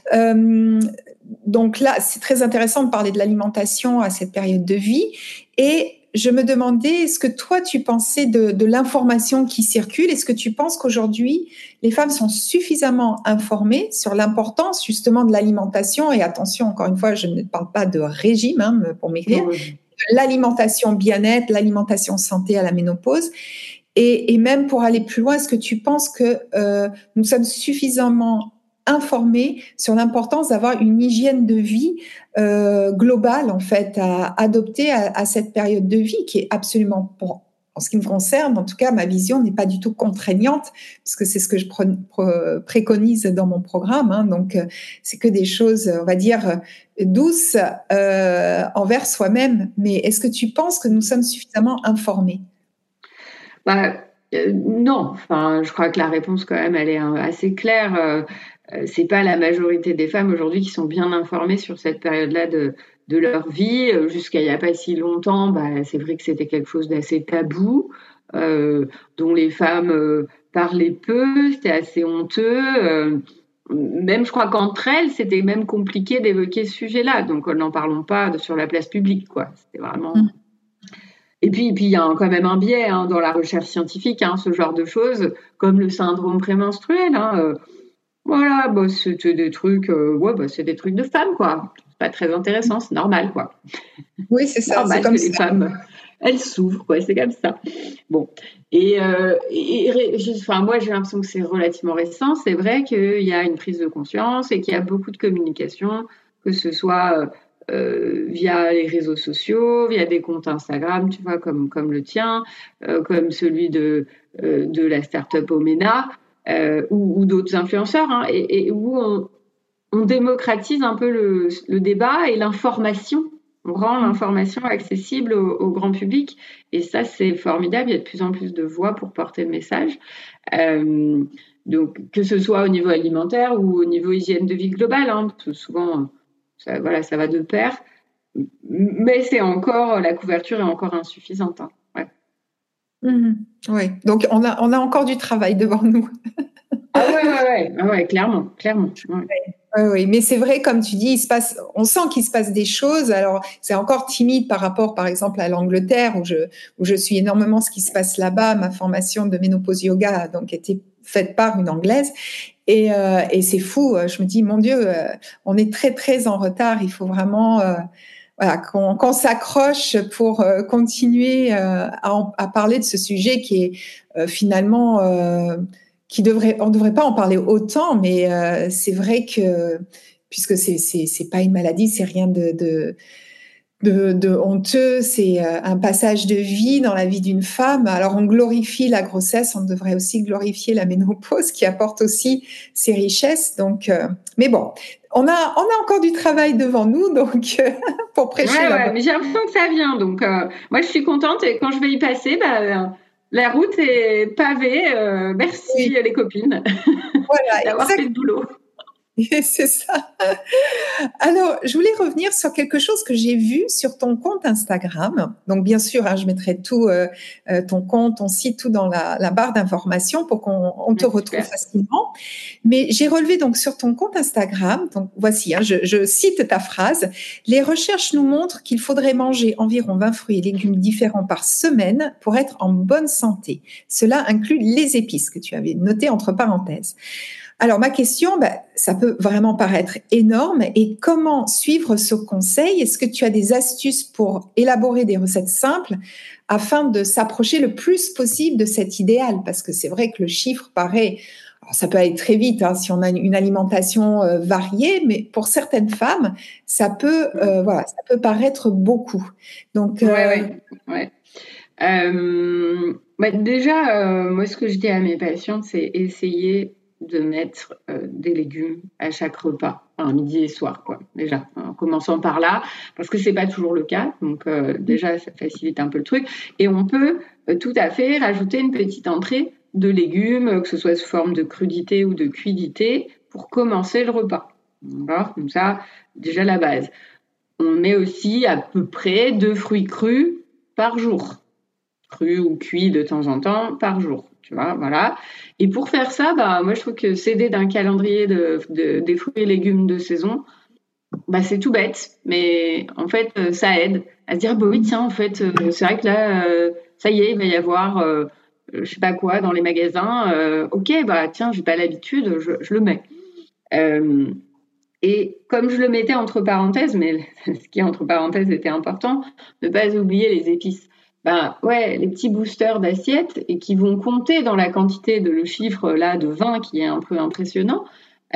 [SPEAKER 1] Donc là, c'est très intéressant de parler de l'alimentation à cette période de vie. Et je me demandais, est-ce que toi, tu pensais de l'information qui circule? Est-ce que tu penses qu'aujourd'hui, les femmes sont suffisamment informées sur l'importance justement de l'alimentation? Et attention, encore une fois, je ne parle pas de régime pour maigrir. L'alimentation bien-être, l'alimentation santé à la ménopause. Et même pour aller plus loin, est-ce que tu penses que nous sommes suffisamment informés sur l'importance d'avoir une hygiène de vie globale, en fait, à adopter à cette période de vie qui est absolument, en ce qui me concerne, en tout cas, ma vision n'est pas du tout contraignante, parce que c'est ce que je préconise dans mon programme. Donc, c'est que des choses, on va dire, douces envers soi-même. Mais est-ce que tu penses que nous sommes suffisamment informés?
[SPEAKER 2] Non, enfin, je crois que la réponse quand même, elle est assez claire. C'est pas la majorité des femmes aujourd'hui qui sont bien informées sur cette période-là de leur vie. Jusqu'à il n'y a pas si longtemps, c'est vrai que c'était quelque chose d'assez tabou, dont les femmes parlaient peu, c'était assez honteux. Même, je crois qu'entre elles, c'était même compliqué d'évoquer ce sujet-là. Donc, n'en parlons pas sur la place publique, quoi. C'était vraiment. Et puis, il y a quand même un biais dans la recherche scientifique, ce genre de choses, comme le syndrome prémenstruel. Voilà, c'est des trucs, c'est des trucs de femmes, quoi. C'est pas très intéressant, c'est normal, quoi.
[SPEAKER 1] Oui, c'est ça.
[SPEAKER 2] Normal
[SPEAKER 1] c'est comme
[SPEAKER 2] que les femmes, elles souffrent, quoi. C'est comme ça. Bon. Moi, j'ai l'impression que c'est relativement récent. C'est vrai qu'il y a une prise de conscience et qu'il y a beaucoup de communication, que ce soit via les réseaux sociaux, via des comptes Instagram, tu vois, comme le tien, comme celui de la start-up Omena, ou d'autres influenceurs, et où on démocratise un peu le débat et l'information. On rend l'information accessible au grand public. Et ça, c'est formidable. Il y a de plus en plus de voix pour porter le message. Donc, que ce soit au niveau alimentaire ou au niveau hygiène de vie globale, parce que souvent, ça va de pair. Mais la couverture est encore insuffisante. Ouais.
[SPEAKER 1] Oui, donc on a encore du travail devant nous.
[SPEAKER 2] Ouais, clairement.
[SPEAKER 1] Oui, mais c'est vrai, comme tu dis, on sent qu'il se passe des choses. Alors, c'est encore timide par rapport, par exemple, à l'Angleterre, où je suis énormément ce qui se passe là-bas. Ma formation de ménopause yoga a donc été faite par une Anglaise. Et c'est fou. Je me dis, mon Dieu, on est très, très en retard. Il faut vraiment qu'on s'accroche pour continuer à parler de ce sujet qui est finalement... on devrait pas en parler autant, mais c'est vrai que puisque c'est pas une maladie, c'est rien de honteux, c'est un passage de vie dans la vie d'une femme. Alors on glorifie la grossesse, on devrait aussi glorifier la ménopause qui apporte aussi ses richesses. Donc, mais bon, on a encore du travail devant nous, donc pour prêcher la bonne.
[SPEAKER 2] Mais j'ai l'impression que ça vient. Donc moi je suis contente et quand je vais y passer, la route est pavée. Merci les copines d'avoir fait le boulot.
[SPEAKER 1] C'est ça. Alors, je voulais revenir sur quelque chose que j'ai vu sur ton compte Instagram. Donc, bien sûr, je mettrai tout, ton compte, ton site, tout dans la barre d'informations pour qu'on te retrouve facilement. Mais j'ai relevé donc sur ton compte Instagram, donc voici, je cite ta phrase. Les recherches nous montrent qu'il faudrait manger environ 20 fruits et légumes différents par semaine pour être en bonne santé. Cela inclut les épices que tu avais notées entre parenthèses. Alors ma question, ça peut vraiment paraître énorme. Et comment suivre ce conseil? Est-ce que tu as des astuces pour élaborer des recettes simples afin de s'approcher le plus possible de cet idéal? Parce que c'est vrai que le chiffre paraît, alors ça peut aller très vite hein, si on a une alimentation variée, mais pour certaines femmes, ça peut paraître beaucoup. Donc,
[SPEAKER 2] Ouais. Déjà, moi, ce que je dis à mes patientes, c'est essayer de mettre des légumes à chaque repas, midi et soir, quoi. Déjà, en commençant par là, parce que c'est pas toujours le cas. Donc, déjà, ça facilite un peu le truc. Et on peut tout à fait rajouter une petite entrée de légumes, que ce soit sous forme de crudité ou de cuidité, pour commencer le repas. D'accord ? Comme ça, déjà la base. On met aussi à peu près 2 fruits crus par jour. Crus ou cuits de temps en temps par jour. Tu vois, voilà. Et pour faire ça, moi, je trouve que s'aider d'un calendrier des fruits et légumes de saison, c'est tout bête. Mais en fait, ça aide à se dire, oui, tiens, en fait, c'est vrai que là, ça y est, il va y avoir, je sais pas quoi, dans les magasins. Ok, tiens, j'ai pas l'habitude, je le mets. Et comme je le mettais entre parenthèses, mais ce qui est entre parenthèses était important, ne pas oublier les épices. Les petits boosters d'assiettes et qui vont compter dans la quantité de le chiffre là de 20 qui est un peu impressionnant.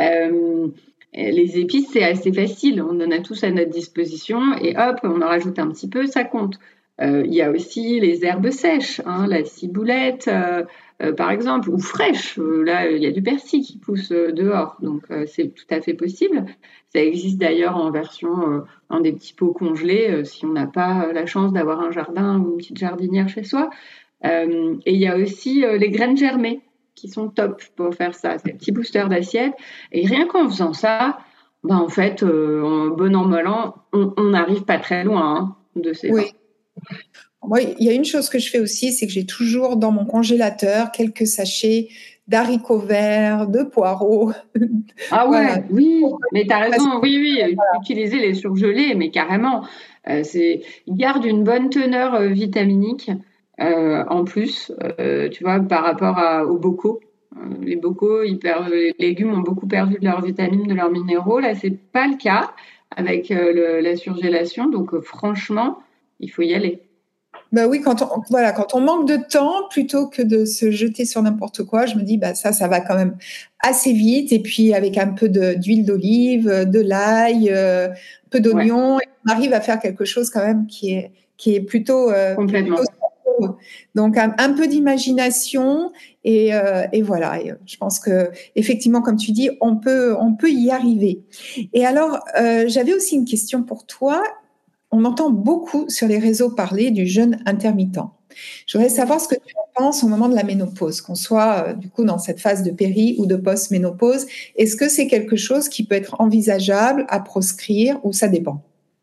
[SPEAKER 2] Les épices, c'est assez facile. On en a tous à notre disposition et hop, on en rajoute un petit peu, ça compte. Il y a aussi les herbes sèches, la ciboulette, par exemple, ou fraîche. Là, il y a du persil qui pousse dehors, donc c'est tout à fait possible. Ça existe d'ailleurs en version dans des petits pots congelés si on n'a pas la chance d'avoir un jardin ou une petite jardinière chez soi. Et il y a aussi les graines germées qui sont top pour faire ça. C'est un petit booster d'assiette. Et rien qu'en faisant ça, en fait, bon an, mal an, on n'arrive pas très loin de ces
[SPEAKER 1] oui. Moi, il y a une chose que je fais aussi, c'est que j'ai toujours dans mon congélateur quelques sachets d'haricots verts, de poireaux.
[SPEAKER 2] Ah ouais,
[SPEAKER 1] Voilà.
[SPEAKER 2] oui, mais t'as raison, oui, utiliser les surgelés, mais carrément. Ils gardent une bonne teneur vitaminique en plus, tu vois, par rapport aux bocaux. Les bocaux, les légumes ont beaucoup perdu de leurs vitamines, de leurs minéraux. Là, c'est pas le cas avec la surgélation. Donc, franchement, il faut y aller.
[SPEAKER 1] Oui, quand on manque de temps, plutôt que de se jeter sur n'importe quoi, je me dis, ça va quand même assez vite. Et puis, avec un peu d'huile d'olive, de l'ail, un peu d'oignon, on arrive à faire quelque chose quand même qui est plutôt,
[SPEAKER 2] Complètement.
[SPEAKER 1] plutôt. Donc, un peu d'imagination et voilà. Et je pense que, effectivement, comme tu dis, on peut y arriver. Et alors, j'avais aussi une question pour toi. On entend beaucoup sur les réseaux parler du jeûne intermittent. Je voudrais savoir ce que tu en penses au moment de la ménopause, qu'on soit du coup dans cette phase de péri ou de post-ménopause. Est-ce que c'est quelque chose qui peut être envisageable à proscrire ou ça dépend?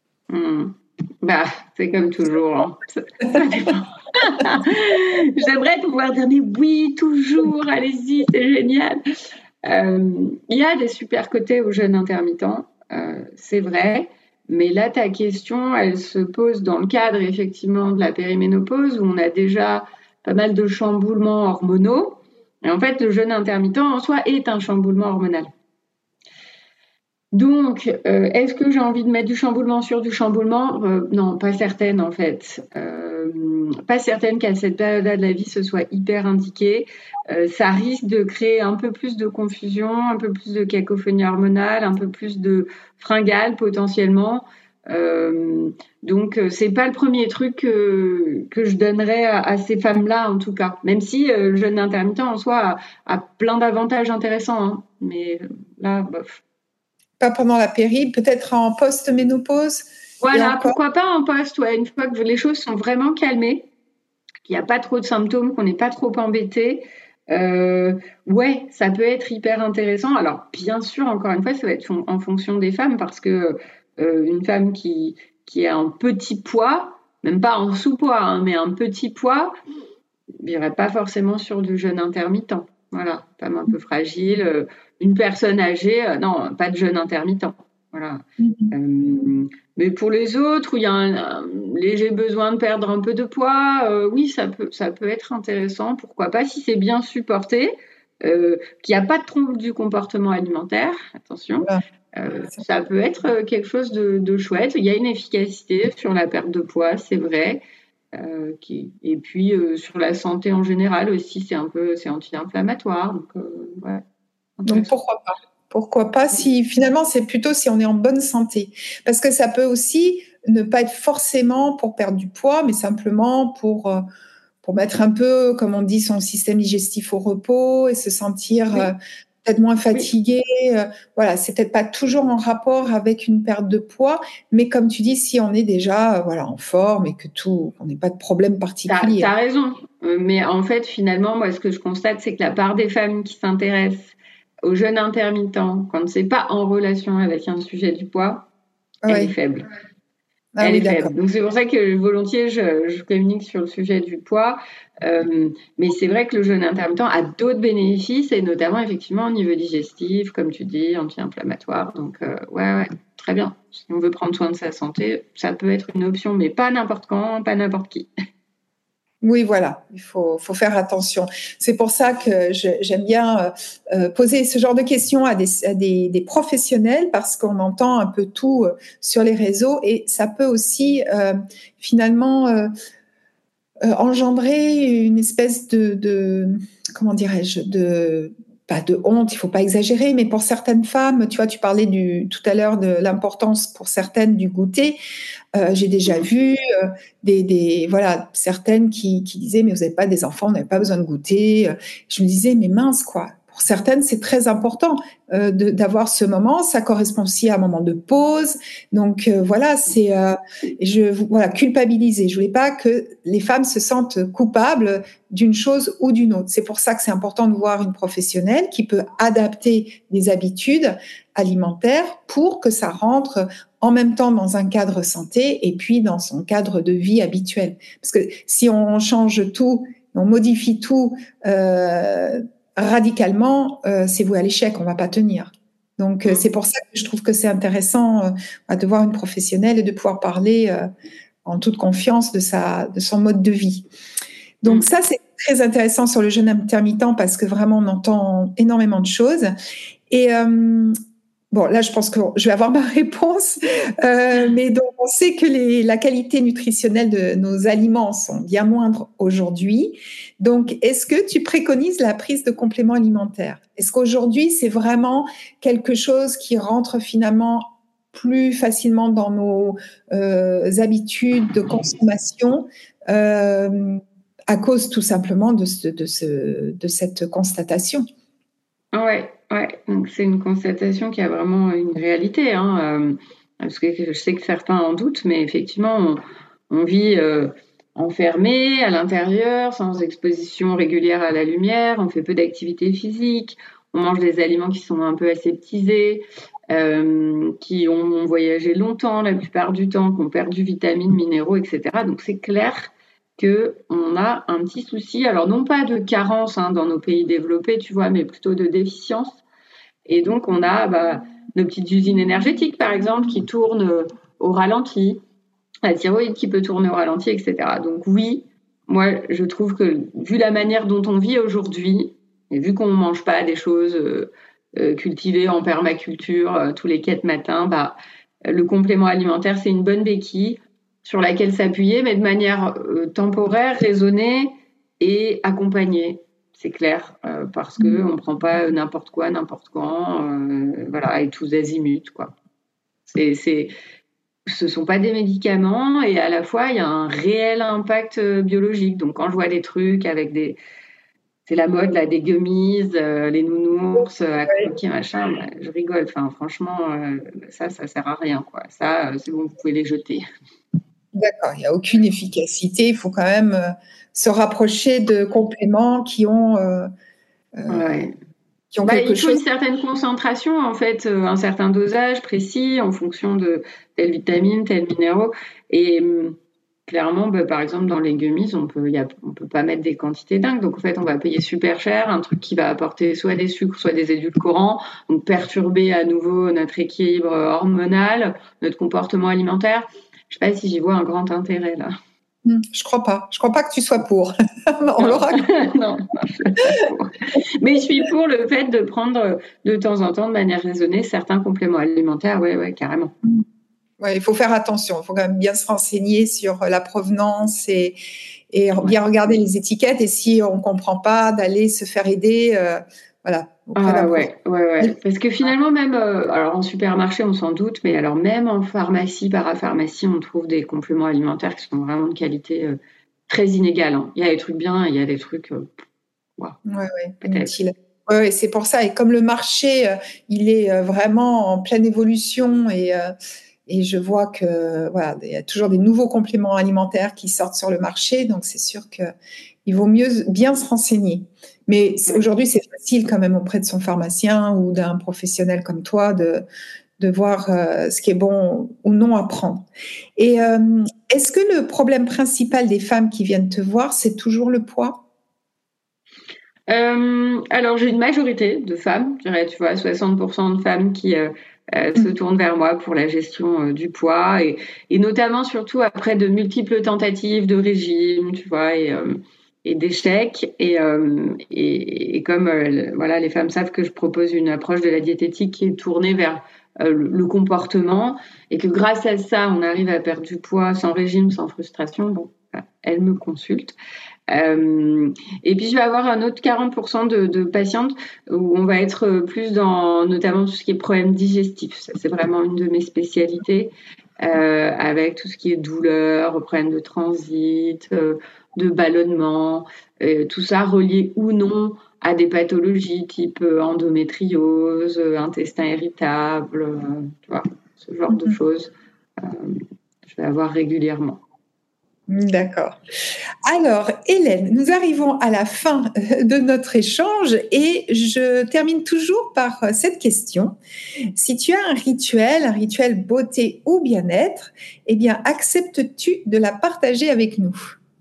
[SPEAKER 2] C'est comme toujours. Hein. Ça dépend. J'aimerais pouvoir dire mais oui, toujours, allez-y, c'est génial. Il y a des super côtés au jeûne intermittent, c'est vrai. Mais là, ta question, elle se pose dans le cadre effectivement de la périménopause où on a déjà pas mal de chamboulements hormonaux. Et en fait, le jeûne intermittent en soi est un chamboulement hormonal. Donc, est-ce que j'ai envie de mettre du chamboulement sur du chamboulement? Non, pas certaine en fait. Pas certaine qu'à cette période-là de la vie, ce soit hyper indiqué. Ça risque de créer un peu plus de confusion, un peu plus de cacophonie hormonale, un peu plus de fringales potentiellement. Donc, c'est pas le premier truc que je donnerais à ces femmes-là en tout cas. Même si le jeûne intermittent en soi a plein d'avantages intéressants, hein. Mais là, bof.
[SPEAKER 1] Pas pendant la péri, peut-être en post-ménopause.
[SPEAKER 2] Voilà, pourquoi pas en poste, une fois que les choses sont vraiment calmées, qu'il n'y a pas trop de symptômes, qu'on n'est pas trop embêté. Ça peut être hyper intéressant. Alors, bien sûr, encore une fois, ça va être en fonction des femmes parce que une femme qui a un petit poids, même pas en sous-poids, mais un petit poids, n'irait pas forcément sur du jeûne intermittent. Voilà, femme un peu fragile, une personne âgée, non, pas de jeûne intermittent. Voilà. Mais pour les autres, où il y a un léger besoin de perdre un peu de poids, oui, ça peut être intéressant. Pourquoi pas si c'est bien supporté. qu'il n'y a pas de trouble du comportement alimentaire, attention.
[SPEAKER 1] Voilà.
[SPEAKER 2] Ça peut être quelque chose de chouette. Il y a une efficacité sur la perte de poids, c'est vrai. Et puis sur la santé en général aussi, c'est anti-inflammatoire. Ouais,
[SPEAKER 1] Donc pourquoi pas si finalement c'est plutôt si on est en bonne santé, parce que ça peut aussi ne pas être forcément pour perdre du poids, mais simplement pour mettre un peu, comme on dit, son système digestif au repos et se sentir peut-être moins fatigué. Voilà, c'est peut-être pas toujours en rapport avec une perte de poids, mais comme tu dis, si on est déjà voilà en forme et que on n'est pas de problème particulier.
[SPEAKER 2] T'as raison, mais en fait finalement moi ce que je constate c'est que la part des femmes qui s'intéressent au jeûne intermittent quand c'est pas en relation avec un sujet du poids, elle est faible. Elle est faible. Donc c'est pour ça que volontiers je communique sur le sujet du poids. Mais c'est vrai que le jeûne intermittent a d'autres bénéfices et notamment effectivement au niveau digestif, comme tu dis, anti-inflammatoire. Donc ouais, très bien. Si on veut prendre soin de sa santé, ça peut être une option, mais pas n'importe quand, pas n'importe qui.
[SPEAKER 1] Oui, voilà, il faut faire attention. C'est pour ça que j'aime bien poser ce genre de questions à des professionnels parce qu'on entend un peu tout sur les réseaux et ça peut aussi finalement engendrer une espèce de comment dirais-je, pas de honte, il faut pas exagérer, mais pour certaines femmes, tu vois, tu parlais tout à l'heure de l'importance pour certaines du goûter. J'ai déjà vu voilà, certaines qui disaient mais vous n'avez pas des enfants, vous n'avez pas besoin de goûter. Je me disais mais mince quoi. Pour certaines, c'est très important d'avoir ce moment. Ça correspond aussi à un moment de pause. Donc voilà, voilà, culpabiliser. Je voulais pas que les femmes se sentent coupables d'une chose ou d'une autre. C'est pour ça que c'est important de voir une professionnelle qui peut adapter des habitudes alimentaires pour que ça rentre en même temps dans un cadre santé et puis dans son cadre de vie habituel. Parce que si on change tout, on modifie tout radicalement, c'est voué à l'échec, on va pas tenir. Donc c'est pour ça que je trouve que c'est intéressant de voir une professionnelle et de pouvoir parler en toute confiance de son mode de vie. Donc ça, c'est très intéressant sur le jeûne intermittent parce que vraiment on entend énormément de choses. Et bon, là, je pense que je vais avoir ma réponse, mais donc on sait que la qualité nutritionnelle de nos aliments sont bien moindres aujourd'hui. Donc, est-ce que tu préconises la prise de compléments alimentaires? Est-ce qu'aujourd'hui, c'est vraiment quelque chose qui rentre finalement plus facilement dans nos habitudes de consommation à cause tout simplement de cette constatation?
[SPEAKER 2] Ouais. Donc c'est une constatation qui a vraiment une réalité, parce que je sais que certains en doutent, mais effectivement, on vit enfermé à l'intérieur, sans exposition régulière à la lumière, on fait peu d'activité physique, on mange des aliments qui sont un peu aseptisés, qui ont voyagé longtemps la plupart du temps, qui ont perdu vitamines, minéraux, etc. Donc c'est clair qu'on a un petit souci, alors non pas de carence dans nos pays développés, tu vois, mais plutôt de déficience. Et donc, on a nos petites usines énergétiques, par exemple, qui tournent au ralenti, la thyroïde qui peut tourner au ralenti, etc. Donc oui, moi, je trouve que vu la manière dont on vit aujourd'hui, et vu qu'on ne mange pas des choses cultivées en permaculture tous les 4 matins, le complément alimentaire, c'est une bonne béquille sur laquelle s'appuyer, mais de manière temporaire, raisonnée et accompagnée. C'est clair, parce qu'on ne prend pas n'importe quoi, n'importe quand, voilà, et tous azimuts, quoi. Ce sont pas des médicaments et à la fois, il y a un réel impact biologique. Donc, quand je vois des trucs avec c'est la mode, là, des gummies, les nounours, à croquer, machin, je rigole. Enfin, franchement, ça sert à rien, quoi. Ça, c'est bon, vous pouvez les jeter.
[SPEAKER 1] D'accord, il n'y a aucune efficacité. Il faut quand même se rapprocher de compléments qui ont
[SPEAKER 2] il faut une certaine concentration, en fait, un certain dosage précis en fonction de telle vitamine, tel minéraux. Et clairement, par exemple, dans les gummies, on peut pas mettre des quantités dingues. Donc, en fait, on va payer super cher un truc qui va apporter soit des sucres, soit des édulcorants, donc perturber à nouveau notre équilibre hormonal, notre comportement alimentaire. Je sais pas si j'y vois un grand intérêt là.
[SPEAKER 1] Je crois pas. Je crois pas que tu sois pour. On l'aura.
[SPEAKER 2] Non, je suis pas pour. Mais je suis pour le fait de prendre de temps en temps, de manière raisonnée, certains compléments alimentaires. Ouais, carrément.
[SPEAKER 1] Ouais, il faut faire attention. Il faut quand même bien se renseigner sur la provenance et bien regarder les étiquettes. Et si on comprend pas, d'aller se faire aider. Voilà.
[SPEAKER 2] Ouais. Parce que finalement, même alors en supermarché, on s'en doute, mais alors même en pharmacie, parapharmacie, on trouve des compléments alimentaires qui sont vraiment de qualité très inégale. Hein. Il y a des trucs bien, il y a des trucs
[SPEAKER 1] inutiles. Ouais, c'est pour ça. Et comme le marché, il est vraiment en pleine évolution et je vois que voilà, il y a toujours des nouveaux compléments alimentaires qui sortent sur le marché, donc c'est sûr que il vaut mieux bien se renseigner. Mais aujourd'hui, c'est facile quand même auprès de son pharmacien ou d'un professionnel comme toi de voir ce qui est bon ou non à prendre. Et est-ce que le problème principal des femmes qui viennent te voir, c'est toujours le poids ?
[SPEAKER 2] Alors, j'ai une majorité de femmes, je dirais, tu vois, 60% de femmes qui se tournent vers moi pour la gestion du poids et notamment, surtout, après de multiples tentatives de régime, tu vois, et d'échecs. Et comme voilà, les femmes savent que je propose une approche de la diététique qui est tournée vers le comportement et que grâce à ça, on arrive à perdre du poids sans régime, sans frustration, bon, elles me consultent. Et puis je vais avoir un autre 40% de patientes où on va être plus dans notamment tout ce qui est problème digestif. Ça, c'est vraiment une de mes spécialités avec tout ce qui est douleur, problème de transit, de ballonnement, tout ça relié ou non à des pathologies type endométriose, intestin irritable, tu vois, ce genre de choses. Je vais avoir régulièrement.
[SPEAKER 1] D'accord. Alors, Hélène, nous arrivons à la fin de notre échange et je termine toujours par cette question. Si tu as un rituel beauté ou bien-être, eh bien, acceptes-tu de la partager avec nous ?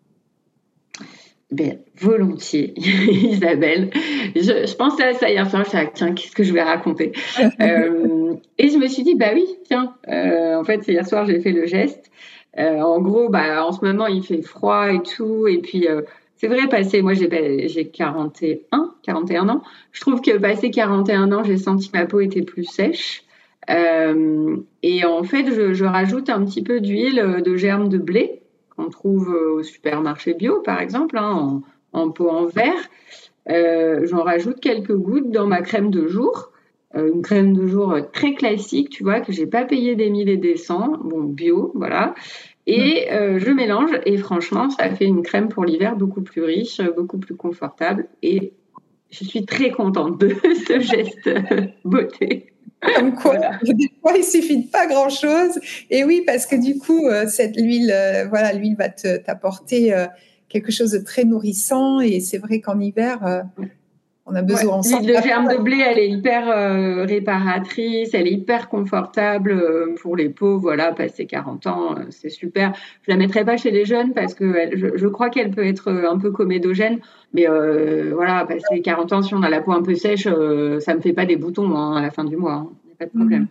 [SPEAKER 2] Ben, volontiers, Isabelle. Je pensais à ça hier soir, je me suis dit, tiens, qu'est-ce que je vais raconter et je me suis dit, bah oui, tiens, en fait, hier soir, j'ai fait le geste. En gros, bah, en ce moment, il fait froid et tout. Et puis, c'est vrai, moi, j'ai 41 ans. Je trouve que passé 41 ans, j'ai senti que ma peau était plus sèche. Et en fait, je rajoute un petit peu d'huile de germe de blé qu'on trouve au supermarché bio, par exemple, hein, en pot en verre. J'en rajoute quelques gouttes dans ma crème de jour. Une crème de jour très classique, tu vois, que j'ai pas payé des mille et des cents, bon, bio, voilà. Et je mélange et franchement, ça fait une crème pour l'hiver beaucoup plus riche, beaucoup plus confortable et je suis très contente de ce geste beauté.
[SPEAKER 1] Comme quoi, voilà. Des fois, il suffit de pas grand-chose. Et oui, parce que du coup, l'huile va t'apporter quelque chose de très nourrissant. Et c'est vrai qu'en hiver, on a besoin.
[SPEAKER 2] L'huile de germe de blé, elle est hyper réparatrice, elle est hyper confortable pour les peaux. Voilà, passé 40 ans, c'est super. Je la mettrai pas chez les jeunes parce que je crois qu'elle peut être un peu comédogène. Mais voilà, passé 40 ans, si on a la peau un peu sèche, ça me fait pas des boutons à la fin du mois. Hein. Il n'y a pas de problème.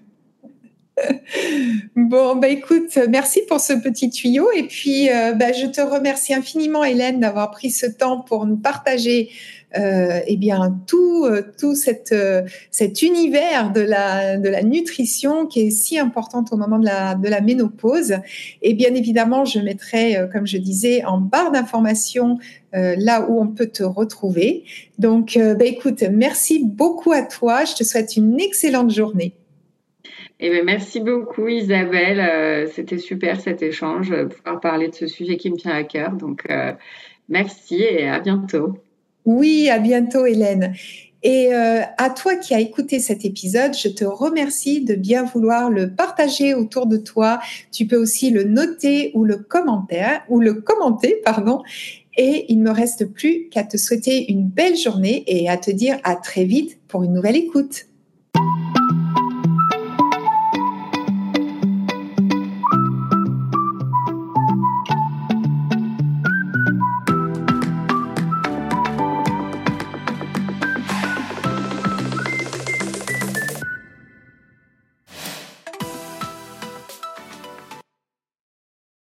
[SPEAKER 1] Bon, bah écoute, merci pour ce petit tuyau. Et puis, je te remercie infiniment, Hélène, d'avoir pris ce temps pour nous partager tout cet univers de la nutrition qui est si importante au moment de la ménopause. Et bien évidemment, je mettrai, comme je disais, en barre d'informations là où on peut te retrouver. Donc, écoute, merci beaucoup à toi. Je te souhaite une excellente journée.
[SPEAKER 2] Eh bien, merci beaucoup Isabelle, c'était super cet échange, pouvoir parler de ce sujet qui me tient à cœur. Donc merci et à bientôt.
[SPEAKER 1] Oui, à bientôt Hélène. Et à toi qui as écouté cet épisode, je te remercie de bien vouloir le partager autour de toi. Tu peux aussi le noter ou le commenter, pardon. Et il ne me reste plus qu'à te souhaiter une belle journée et à te dire à très vite pour une nouvelle écoute.